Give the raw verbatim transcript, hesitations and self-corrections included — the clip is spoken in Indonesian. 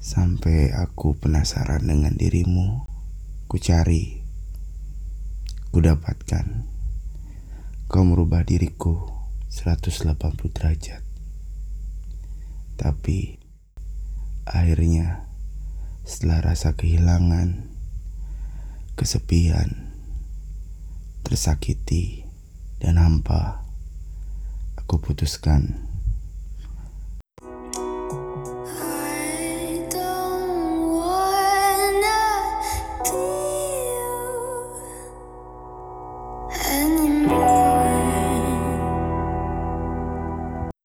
Sampai aku penasaran dengan dirimu. Ku cari, ku dapatkan. Kau merubah diriku seratus delapan puluh derajat. Tapi akhirnya, setelah rasa kehilangan, kesepian, tersakiti, dan hampa, aku putuskan